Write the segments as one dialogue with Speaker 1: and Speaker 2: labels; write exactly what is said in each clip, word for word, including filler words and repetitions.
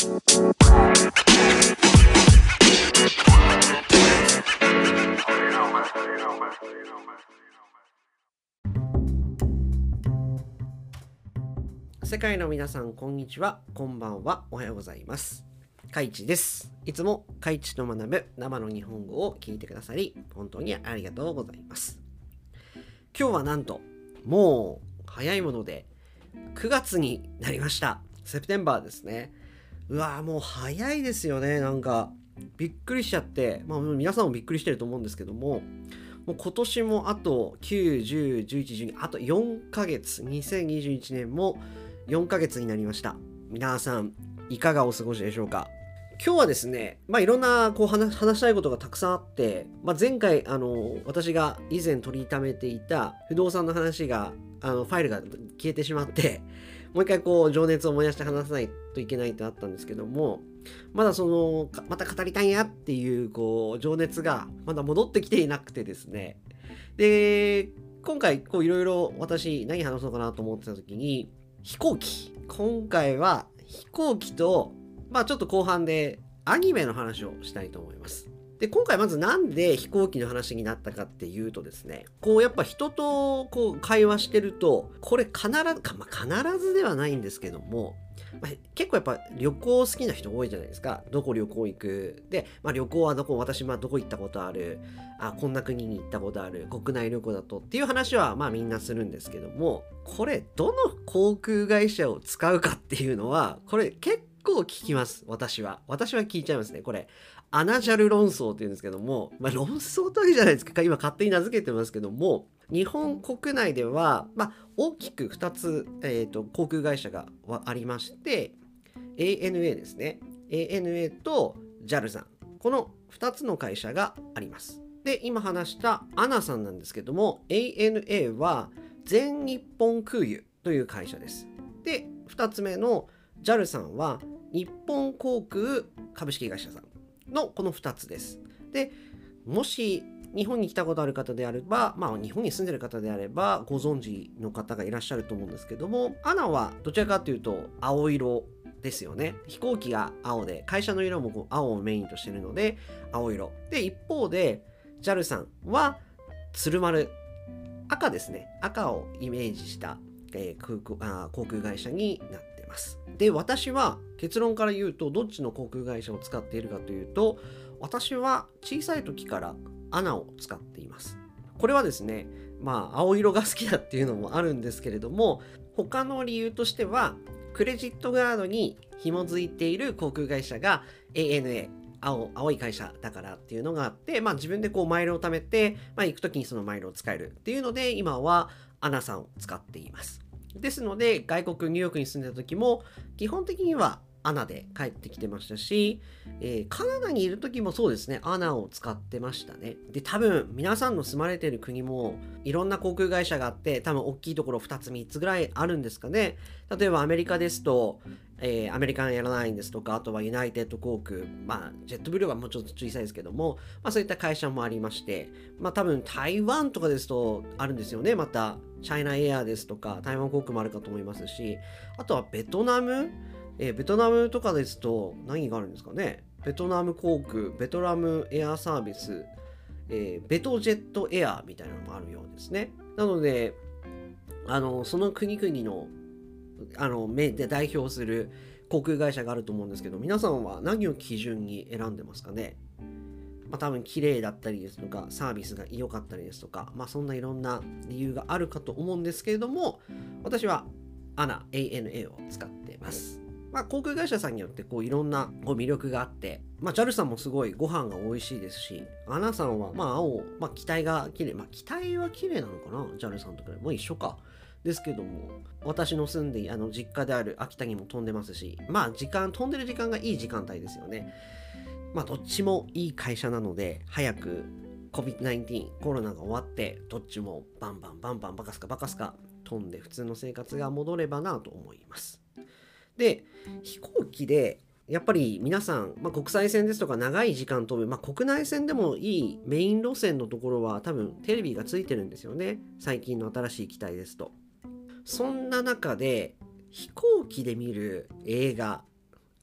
Speaker 1: 世界の皆さん、こんにちは、こんばんは、おはようございます。カイチです。いつもカイチと学ぶ生の日本語を聞いてくださり、本当にありがとうございます。今日はなんと、もう早いものでくがつになりました。セプテンバーですね。うわーもう早いですよね。なんかびっくりしちゃって、まあ皆さんもびっくりしてると思うんですけども、もう今年もあときゅう、じゅう、じゅういち、じゅうに、あとよんかげつ、にせんにじゅういちねんもよんかげつになりました。皆さんいかがお過ごしでしょうか。今日はですね、まあいろんなこう 話, 話したいことがたくさんあって、まあ、前回あの私が以前取りためていた不動産の話があのファイルが消えてしまって、もう一回こう情熱を燃やして話さないといけないってあったんですけども、まだそのまた語りたいなっていうこう情熱がまだ戻ってきていなくてですね。で今回こういろいろ私何話そうかなと思ってた時に、飛行機今回は飛行機とまあちょっと後半でアニメの話をしたいと思います。で今回まずなんで飛行機の話になったかっていうとですね、こうやっぱ人とこう会話してると、これ必ずか、まあ、必ずではないんですけども、まあ、結構やっぱ旅行好きな人多いじゃないですか。どこ旅行行くで、まあ、旅行はどこ私まあどこ行ったことある、あこんな国に行ったことある、国内旅行だとっていう話はまあみんなするんですけども、これどの航空会社を使うかっていうのはこれ結構結構聞きます。私は私は聞いちゃいますね。これアナジャル論争っていうんですけども、まあ論争というわけじゃないですか。今勝手に名付けてますけども、日本国内では、まあ、大きくふたつ、えーと、航空会社がありまして、エーエヌエー ですね。エーエヌエー と ジャル さん、このふたつの会社があります。で今話したアナさんなんですけども、 エーエヌエー は全日本空輸という会社です。でふたつめの ジャル さんは日本航空株式会社さんのこのふたつです。でもし日本に来たことある方であれば、まあ日本に住んでる方であればご存知の方がいらっしゃると思うんですけども、アナはどちらかというと青色ですよね。飛行機が青で、会社の色もこう青をメインとしているので青色で、一方で ジャル さんは鶴丸、赤ですね。赤をイメージした、えー、空港あ航空会社になっています。で私は結論から言うと、どっちの航空会社を使っているかというと、私は小さい時からアナを使っています。これはですね、まあ青色が好きだっていうのもあるんですけれども、他の理由としてはクレジットカードに紐づいている航空会社が エーエヌエー、 青, 青い会社だからっていうのがあって、まあ自分でこうマイルを貯めて、まあ、行く時にそのマイルを使えるっていうので、今はアナさんを使っています。ですので外国ニューヨークに住んでた時も基本的にはアナで帰ってきてましたし、えー、カナダにいる時もそうですね、アナを使ってましたね。で多分皆さんの住まれている国もいろんな航空会社があって、多分大きいところふたつみっつぐらいあるんですかね。例えばアメリカですと、えー、アメリカンエアラインですとか、あとはユナイテッド航空、まあジェットブルーはもうちょっと小さいですけども、まあそういった会社もありまして、まあ多分台湾とかですとあるんですよね。またチャイナエアですとか台湾航空もあるかと思いますし、あとはベトナム、えー、ベトナムとかですと何があるんですかね。ベトナム航空、ベトナムエアサービス、えー、ベトジェットエアみたいなのもあるようですね。なのであのその国々のあの目で代表する航空会社があると思うんですけど、皆さんは何を基準に選んでますかね。まあ、多分綺麗だったりですとか、サービスが良かったりですとか、まあそんないろんな理由があるかと思うんですけれども、私はアナ エーエヌエー を使っています。まあ航空会社さんによってこういろんなこう魅力があって、まあ ジャル さんもすごいご飯が美味しいですし、アナさんはまあ青、まあ機体が綺麗、まあ機体は綺麗なのかな、 ジャル さんとかでも一緒か。ですけども、私の住んであの実家である秋田にも飛んでますし、まあ時間飛んでる時間がいい時間帯ですよね。まあどっちもいい会社なので、早く コビッドナインティーン コロナが終わってどっちもバンバンバンバンバカスカバカスカ飛んで普通の生活が戻ればなと思います。で飛行機でやっぱり皆さん、まあ、国際線ですとか長い時間飛ぶ、まあ、国内線でもいいメイン路線のところは多分テレビがついてるんですよね、最近の新しい機体ですと。そんな中で飛行機で見る映画、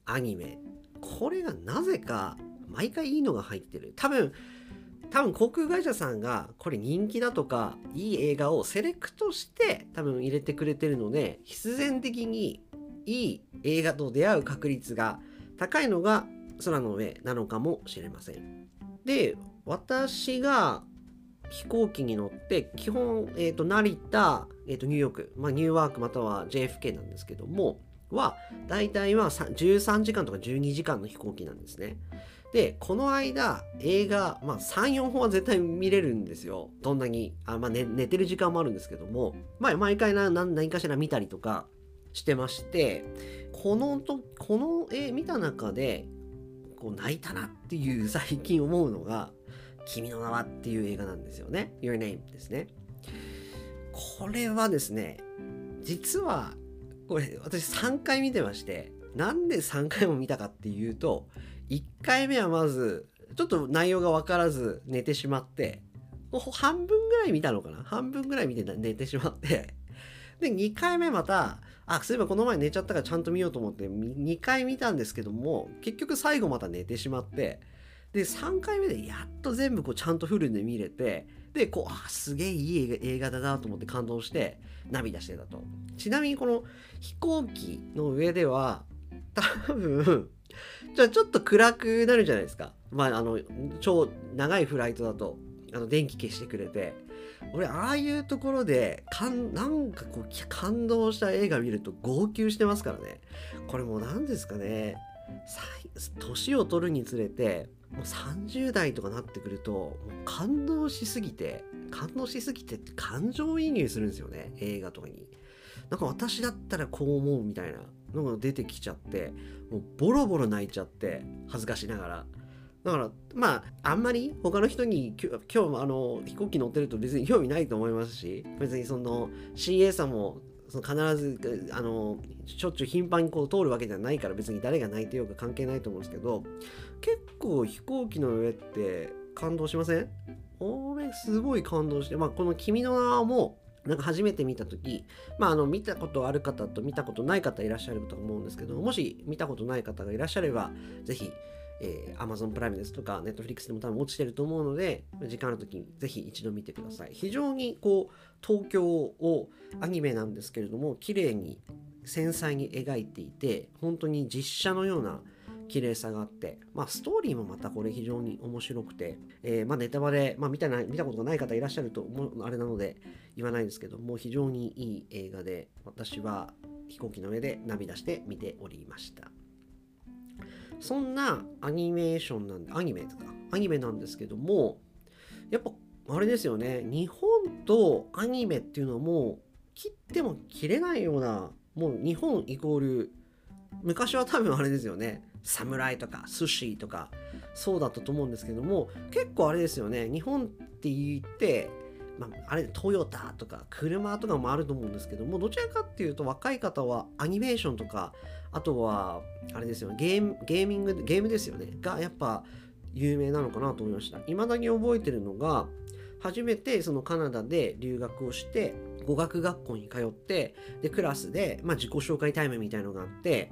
Speaker 1: アニメ、これがなぜか毎回いいのが入ってる。多分多分航空会社さんがこれ人気だとかいい映画をセレクトして多分入れてくれてるので、必然的にいい映画と出会う確率が高いのが空の上なのかもしれません。で、私が飛行機に乗って基本、えーと、成田、えーと、ニューヨーク、まあ、ニューワークまたは ジェイエフケー なんですけどもは大体はじゅうさんじかんとかじゅうにじかんの飛行機なんですね。で、この間映画、まあ、さん、よんほんは絶対見れるんですよ。どんなにあ、まあ寝、寝てる時間もあるんですけども、まあ、毎回な何かしら見たりとかしてまして、このとこの絵見た中でこう泣いたなっていう最近思うのが君の名はっていう映画なんですよね。 Your Name ですね。これはですね、実はこれ私さんかい見てまして、なんでさんかいも見たかっていうと、いっかいめはまずちょっと内容が分からず寝てしまって、半分ぐらい見たのかな半分ぐらい見て寝てしまって、でにかいめまた、あ、そういえばこの前寝ちゃったからちゃんと見ようと思ってにかい見たんですけども、結局最後また寝てしまって、でさんかいめでやっと全部こうちゃんとフルで見れて、でこう、あ、すげえいい映画だなと思って感動して涙してたと。ちなみにこの飛行機の上では多分じゃあちょっと暗くなるじゃないですか。まああの超長いフライトだとあの電気消してくれて、俺ああいうところでかんなんかこう感動した映画見ると号泣してますからね。これもう何ですかね、年を取るにつれてもうさんじゅう代とかなってくるともう感動しすぎて感動しすぎて感情移入するんですよね、映画とかに。なんか私だったらこう思うみたいなのが出てきちゃって、もうボロボロ泣いちゃって、恥ずかしながら。だからまああんまり他の人に今日あの飛行機乗ってると別に興味ないと思いますし、別にその シーエー さんもその必ずあのしょっちゅう頻繁にこう通るわけじゃないから、別に誰が泣いてようか関係ないと思うんですけど、結構飛行機の上って感動しません？俺すごい感動して、まあこの君の名はもなんか初めて見たとき、まああの見たことある方と見たことない方いらっしゃると思うんですけど、もし見たことない方がいらっしゃればぜひえー、Amazon プライムですとか Netflix でも多分落ちてると思うので、時間ある時にぜひ一度見てください。非常にこう東京をアニメなんですけれども綺麗に繊細に描いていて、本当に実写のような綺麗さがあって、まあストーリーもまたこれ非常に面白くて、えー、まあネタバレ、まあ見たな見たことがない方いらっしゃると思うあれなので言わないですけども、非常にいい映画で、私は飛行機の上で涙して見ておりました。そんなアニメーションなんで、アニメとか、アニメなんですけども、やっぱあれですよね、日本とアニメっていうのはもう切っても切れないような、もう日本イコール、昔は多分あれですよね、侍とか寿司とかそうだったと思うんですけども、結構あれですよね、日本って言って、まあ、あれトヨタとか車とかもあると思うんですけども、どちらかっていうと若い方はアニメーションとか、あとはあれですよね、ゲームゲーミングゲームですよねがやっぱ有名なのかなと思いました。未だに覚えてるのが、初めてそのカナダで留学をして語学学校に通って、でクラスで、まあ、自己紹介タイムみたいのがあって、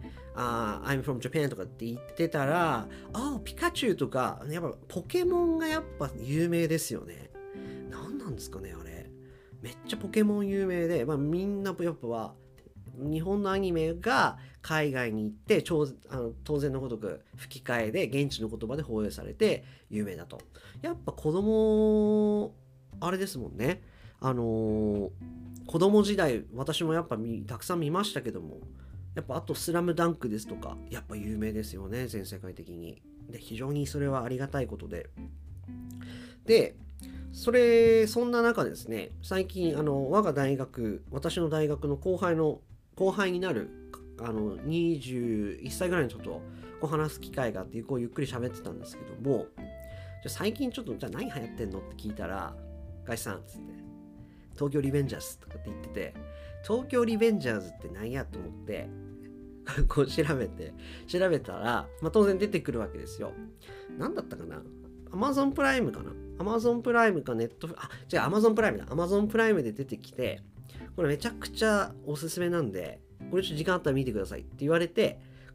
Speaker 1: あ、I'm from Japan とかって言ってたら、あ、ピカチュウとかやっぱポケモンがやっぱ有名ですよね。何なんですかねあれ、めっちゃポケモン有名で、まあ、みんなやっぱは日本のアニメが海外に行って超あの当然のごとく吹き替えで現地の言葉で放映されて有名だと。やっぱ子供あれですもんね、あのー、子供時代私もやっぱたくさん見ましたけども、やっぱあとスラムダンクですとかやっぱ有名ですよね、全世界的に。で非常にそれはありがたいことで、でそれそんな中ですね、最近あの我が大学私の大学の後輩の後輩になるあのにじゅういっさいぐらいにちょっとこう話す機会があって、こうゆっくり喋ってたんですけども、じゃ最近ちょっとじゃあ何流行ってんのって聞いたら、ガイさんっつって東京リベンジャーズとかって言ってて、東京リベンジャーズって何やと思ってこう調べて調べたら、まあ、当然出てくるわけですよ。何だったかな、Amazon プライムかな、Amazon プライムかネット、あ、違う Amazon プライムだ Amazon プライムで出てきて、これめちゃくちゃおすすめなんで、これちょっと時間あったら見てくださいって言われて、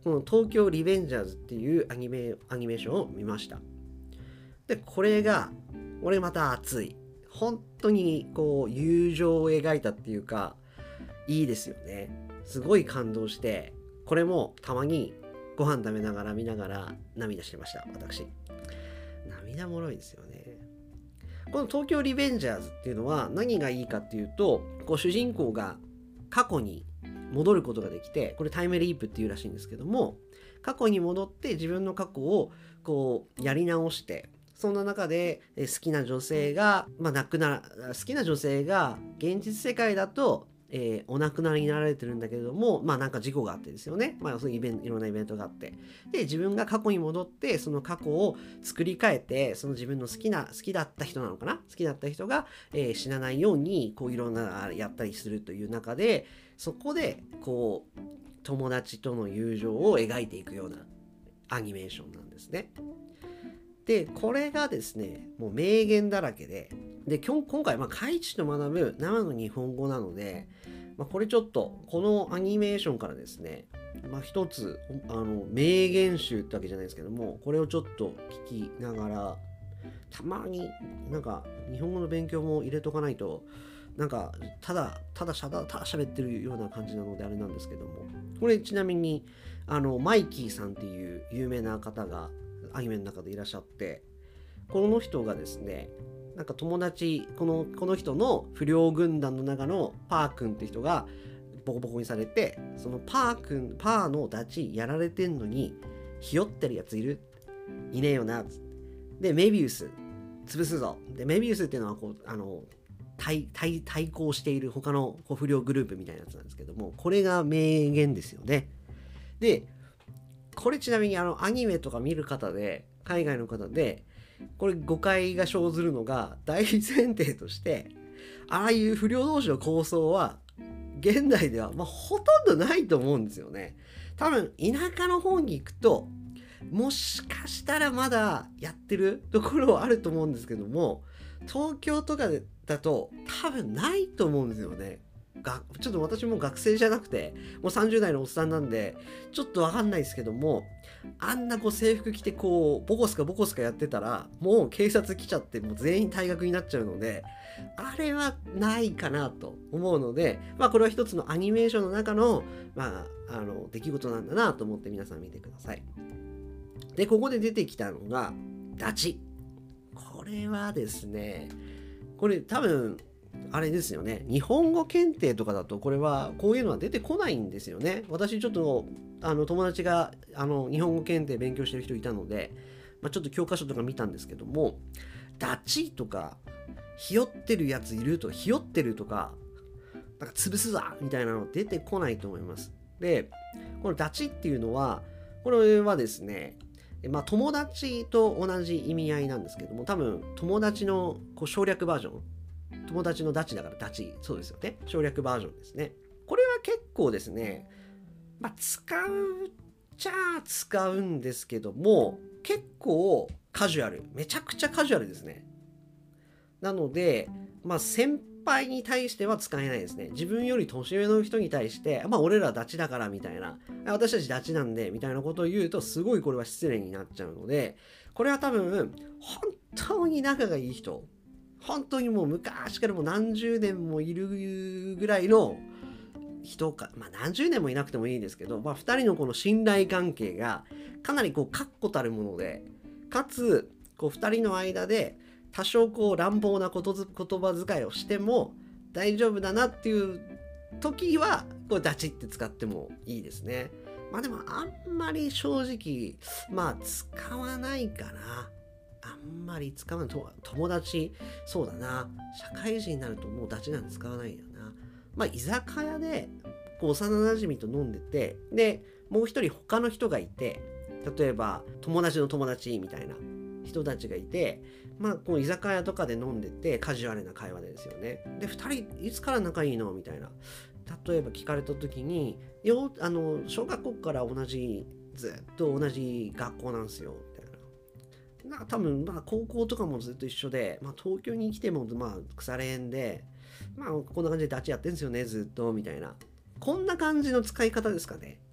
Speaker 1: この東京リベンジャーズっていうアニメ、アニメーションを見ました。で、これが、俺また熱い。本当にこう、友情を描いたっていうか、いいですよね。すごい感動して、これもたまにご飯食べながら見ながら涙してました、私。涙もろいですよね。この東京リベンジャーズっていうのは何がいいかっていうと、こう主人公が過去に戻ることができて、これタイムリープっていうらしいんですけども、過去に戻って自分の過去をこうやり直して、そんな中で好きな女性が、まあ、亡くな好きな女性が現実世界だと、えー、お亡くなりになられてるんだけれども、まあなんか事故があってですよね。まあそういうイベント、いろんなイベントがあって。で、自分が過去に戻って、その過去を作り変えて、その自分の好きな、好きだった人なのかな好きだった人が、えー、死なないように、こういろんなやったりするという中で、そこで、こう、友達との友情を描いていくようなアニメーションなんですね。で、これがですね、もう名言だらけで、で、今今回、まあ、カイチと学ぶ生の日本語なので、まあ、これちょっと、このアニメーションからですね、まあ、一つ、あの、名言集ってわけじゃないですけども、これをちょっと聞きながら、たまになんか、日本語の勉強も入れとかないと、なんか、ただ、ただしゃだ、ただ喋ってるような感じなのであれなんですけども、これちなみに、あの、マイキーさんっていう有名な方が、アニメの中でいらっしゃって、この人がですね、なんか友達、この、この人の不良軍団の中のパー君って人がボコボコにされて、そのパー君、パーのダチやられてんのに、ひよってるやついるいねえよな。で、メビウス、潰すぞ。で、メビウスっていうのはこう、あの、対、対、対抗している他の不良グループみたいなやつなんですけども、これが名言ですよね。で、これちなみにあのアニメとか見る方で、海外の方で、これ誤解が生ずるのが大前提として、ああいう不良同士の抗争は現代ではまあほとんどないと思うんですよね。多分田舎の方に行くと、もしかしたらまだやってるところはあると思うんですけども、東京とかだと多分ないと思うんですよね。がちょっと私も学生じゃなくてもうさんじゅう代のおっさんなんでちょっとわかんないですけども、あんなこう制服着てこうボコスカボコスカやってたらもう警察来ちゃってもう全員退学になっちゃうので、あれはないかなと思うので、まあこれは一つのアニメーションの中のまああの出来事なんだなと思って皆さん見てください。で、ここで出てきたのがダチ。これはですね、これ多分あれですよね。日本語検定とかだとこれはこういうのは出てこないんですよね。私ちょっとあの友達があの日本語検定勉強してる人いたので、まあ、ちょっと教科書とか見たんですけども、ダチとかひよってるやついるとかひよってるとかなんか潰すぞみたいなの出てこないと思います。で、このダチっていうのはこれはですね、まあ友達と同じ意味合いなんですけども、多分友達のこう省略バージョン。友達のダチだからダチ。そうですよね。省略バージョンですね。これは結構ですね、まあ、使うっちゃ使うんですけども、結構カジュアル。めちゃくちゃカジュアルですね。なので、まあ、先輩に対しては使えないですね。自分より年上の人に対して、まあ、俺らダチだからみたいな、私たちダチなんでみたいなことを言うと、すごいこれは失礼になっちゃうので、これは多分、本当に仲がいい人、本当にもう昔からもう何十年もいるぐらいの人か、まあ何十年もいなくてもいいですけど、まあ二人のこの信頼関係がかなりこう確固たるもので、かつこう二人の間で多少こう乱暴なことず言葉遣いをしても大丈夫だなっていう時はこれダチって使ってもいいですね。まあでもあんまり正直まあ使わないかな。あんまり使わないと友達、そうだな、社会人になるともうダチなんて使わないよな。まあ居酒屋でこう幼なじみと飲んでて、でもう一人他の人がいて、例えば友達の友達みたいな人たちがいて、まあこう居酒屋とかで飲んでてカジュアルな会話でですよね。でふたりいつから仲いいのみたいな、例えば聞かれた時に、よあの小学校から同じずっと同じ学校なんですよ。なんか多分まあ高校とかもずっと一緒で、まあ、東京に来てもまあ腐れ縁で、まあこんな感じでダチやってんですよねずっとみたいな、こんな感じの使い方ですかね。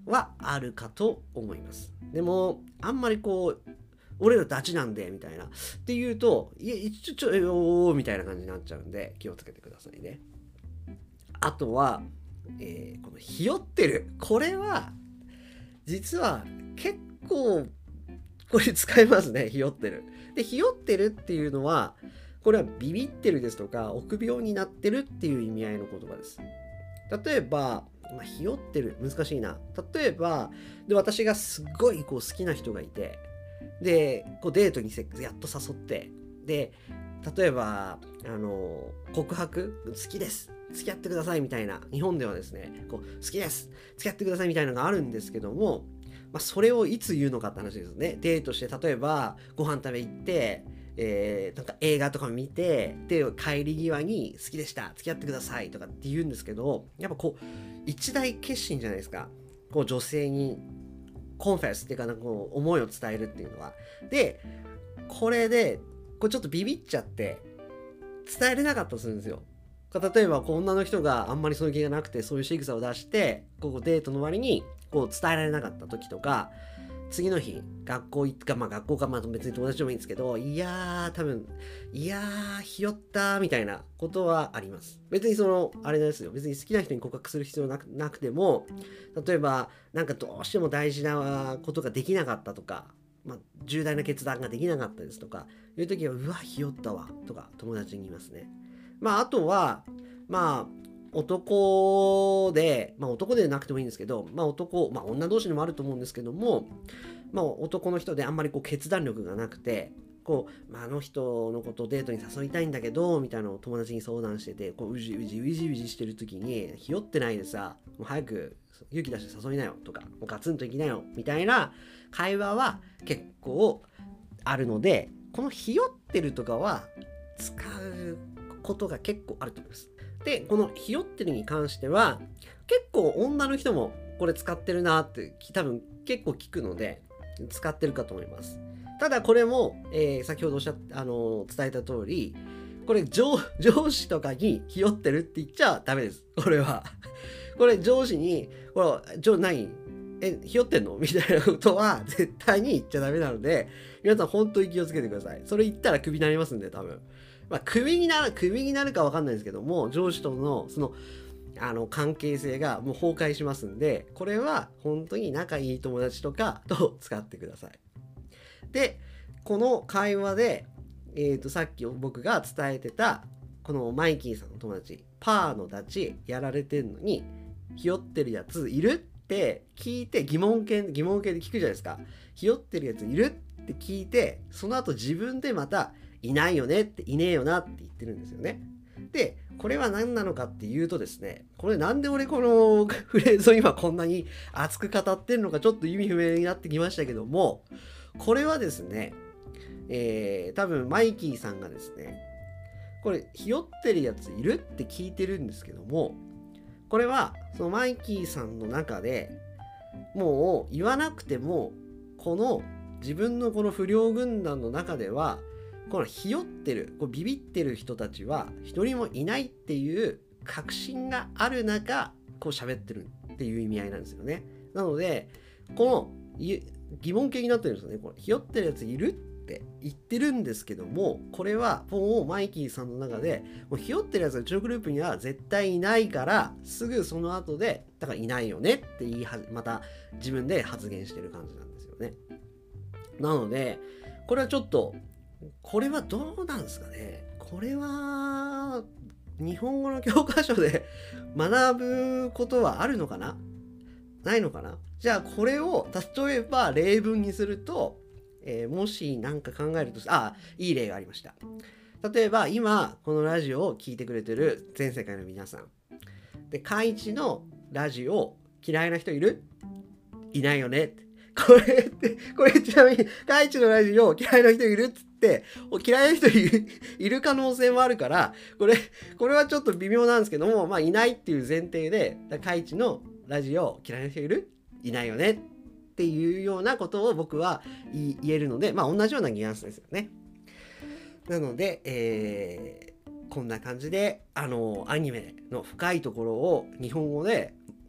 Speaker 1: はあるかと思います。でもあんまりこう俺らダチなんでみたいなっていうと、いやちょちょおーみたいな感じになっちゃうんで気をつけてくださいね。あとは、えー、このひよってる、これは実は結構これ使えますね。ひよってる。で、ひよってるっていうのは、これはビビってるですとか臆病になってるっていう意味合いの言葉です。例えば、まあ、ひよってる難しいな。例えばで私がすっごいこう好きな人がいて、でこうデートにやっと誘って、で例えばあの告白好きです付き合ってくださいみたいな、日本ではですねこう好きです付き合ってくださいみたいなのがあるんですけども、まあ、それをいつ言うのかって話ですね。デートして例えばご飯食べ行って、えー、なんか映画とか見て、で帰り際に好きでした付き合ってくださいとかって言うんですけど、やっぱこう一大決心じゃないですか、こう女性にコンフェスっていうかなんかこう思いを伝えるっていうのは。でこれでこうちょっとビビっちゃって伝えれなかったりするんですよ。例えばこう女の人があんまりそういう気がなくてそういう仕草を出してこうデートの割にこう伝えられなかった時とか、次の日学校行ったまあ学校かまあ別に友達でもいいんですけど、いやー多分いやーひよったーみたいなことはあります。別にそのあれですよ、別に好きな人に告白する必要なくなくても、例えばなんかどうしても大事なことができなかったとか、まあ、重大な決断ができなかったですとかいう時は、うわひよったわとか友達に言いますね。まああとはまあ男で、まあ男でなくてもいいんですけど、まあ男、まあ女同士にもあると思うんですけども、まあ男の人であんまりこう決断力がなくて、こう、まあ、あの人のことをデートに誘いたいんだけど、みたいなのを友達に相談してて、こううじうじうじうじしてる時に、ひよってないでさ、もう早く勇気出して誘いなよとか、もうガツンと行きなよみたいな会話は結構あるので、このひよってるとかは使うことが結構あると思います。でこのひよってるに関しては結構女の人もこれ使ってるなって多分結構聞くので使ってるかと思います。ただこれも、えー、先ほどおっしゃったあのー、伝えた通り、これ 上, 上司とかにひよってるって言っちゃダメです。これはこれ上司にこれ上何えひよってんのみたいなことは絶対に言っちゃダメなので、皆さん本当に気をつけてください。それ言ったらクビになりますんで、多分まあ、クビになる、クビになるか分かんないですけども、上司とのそのあの関係性がもう崩壊しますんで、これは本当に仲いい友達とかと使ってください。で、この会話で、えーと、さっき僕が伝えてたこのマイキーさんの友達、パーのダチやられてんのにひよってるやついるって聞いて、疑問形疑問形で聞くじゃないですか。ひよってるやついるって聞いて、その後自分でまたいないよねって、いねえよなって言ってるんですよね。でこれは何なのかっていうとですね、これなんで俺このフレーズを今こんなに熱く語ってるのかちょっと意味不明になってきましたけども、これはですね、えー、多分マイキーさんがですね、これひよってるやついるって聞いてるんですけども、これはそのマイキーさんの中でもう言わなくても、この自分のこの不良軍団の中ではこのひよってる、こうビビってる人たちは一人もいないっていう確信がある中こう喋ってるっていう意味合いなんですよね。なのでこの疑問形になってるんですよね。このひよってるやついるって言ってるんですけども、これはもうマイキーさんの中でもうひよってるやつがうちのグループには絶対いないから、すぐその後でだからいないよねって言いはまた自分で発言してる感じなんですよね。なのでこれはちょっとこれはどうなんですかね。これは日本語の教科書で学ぶことはあるのかな、ないのかな。じゃあこれを例えば例文にすると、えー、もし何か考えると、あ、いい例がありました。例えば今このラジオを聞いてくれてる全世界の皆さんで、カイチのラジオ嫌いな人いる？いないよねって。これって、これちなみに、カイチのラジオ嫌いな人いるっつって、嫌いな人いる、いる可能性もあるから、これ、これはちょっと微妙なんですけども、まあいないっていう前提で、カイチのラジオ嫌いな人いる？いないよねっていうようなことを僕は言えるので、まあ同じようなニュアンスですよね。なので、えー、こんな感じで、あの、アニメの深いところを日本語で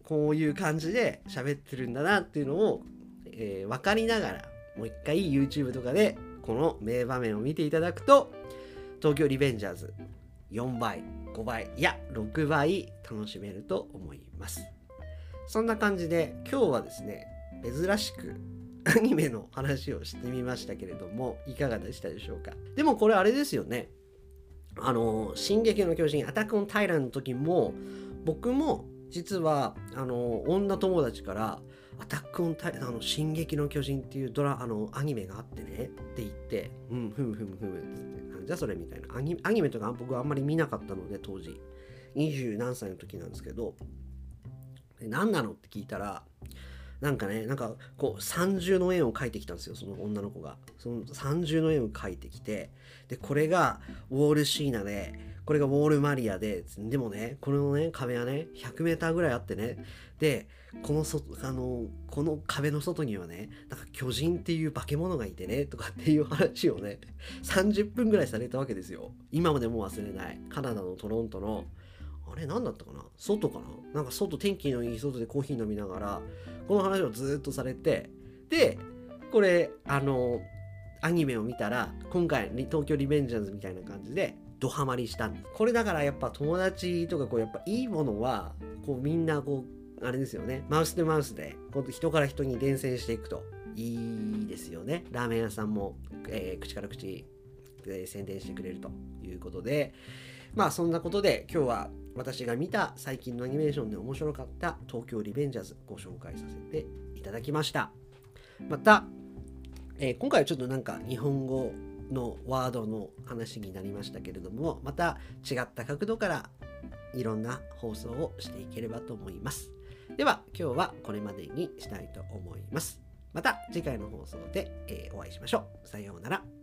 Speaker 1: こういう感じで喋ってるんだなっていうのを、えー、分かりながらもう一回 YouTube とかでこの名場面を見ていただくと東京リベンジャーズよんばいごばいいやろくばい楽しめると思います。そんな感じで今日はですね珍しくアニメの話をしてみましたけれどもいかがでしたでしょうか。でもこれあれですよね、あの進撃の巨人アタックオンタイランの時も僕も実はあの女友達からアタックオンタイランあの進撃の巨人っていうドラあのアニメがあってねって言ってうんふむふむふむってじゃあそれみたいなアニアニメとか僕はあんまり見なかったので当時二十何歳の時なんですけど何なのって聞いたらなんかねなんかこう三重の円を描いてきたんですよ。その女の子がその三重の円を描いてきてでこれがウォールシーナでこれがウォールマリアででもねこのね壁はねひゃくメーターぐらいあってねでこのそあのこの壁の外にはねなんか巨人っていう化け物がいてねとかっていう話をねさんじゅっぷんぐらいされたわけですよ。今までも忘れないカナダのトロントのあれ何だったかな外かななんか外天気のいい外でコーヒー飲みながらこの話をずっとされてでこれあのアニメを見たら今回東京リベンジャーズみたいな感じでドハマりしたんです。これだからやっぱ友達とかこうやっぱいいものはこうみんなこうあれですよねマウスとマウスでこう人から人に伝染していくといいですよね。ラーメン屋さんも、えー、口から口で宣伝してくれるということでまあそんなことで今日は私が見た最近のアニメーションで面白かった東京リベンジャーズご紹介させていただきました。また、えー、今回はちょっとなんか日本語のワードの話になりましたけれどもまた違った角度からいろんな放送をしていければと思います。では今日はこれまでにしたいと思います。また次回の放送で、えー、お会いしましょう。さようなら。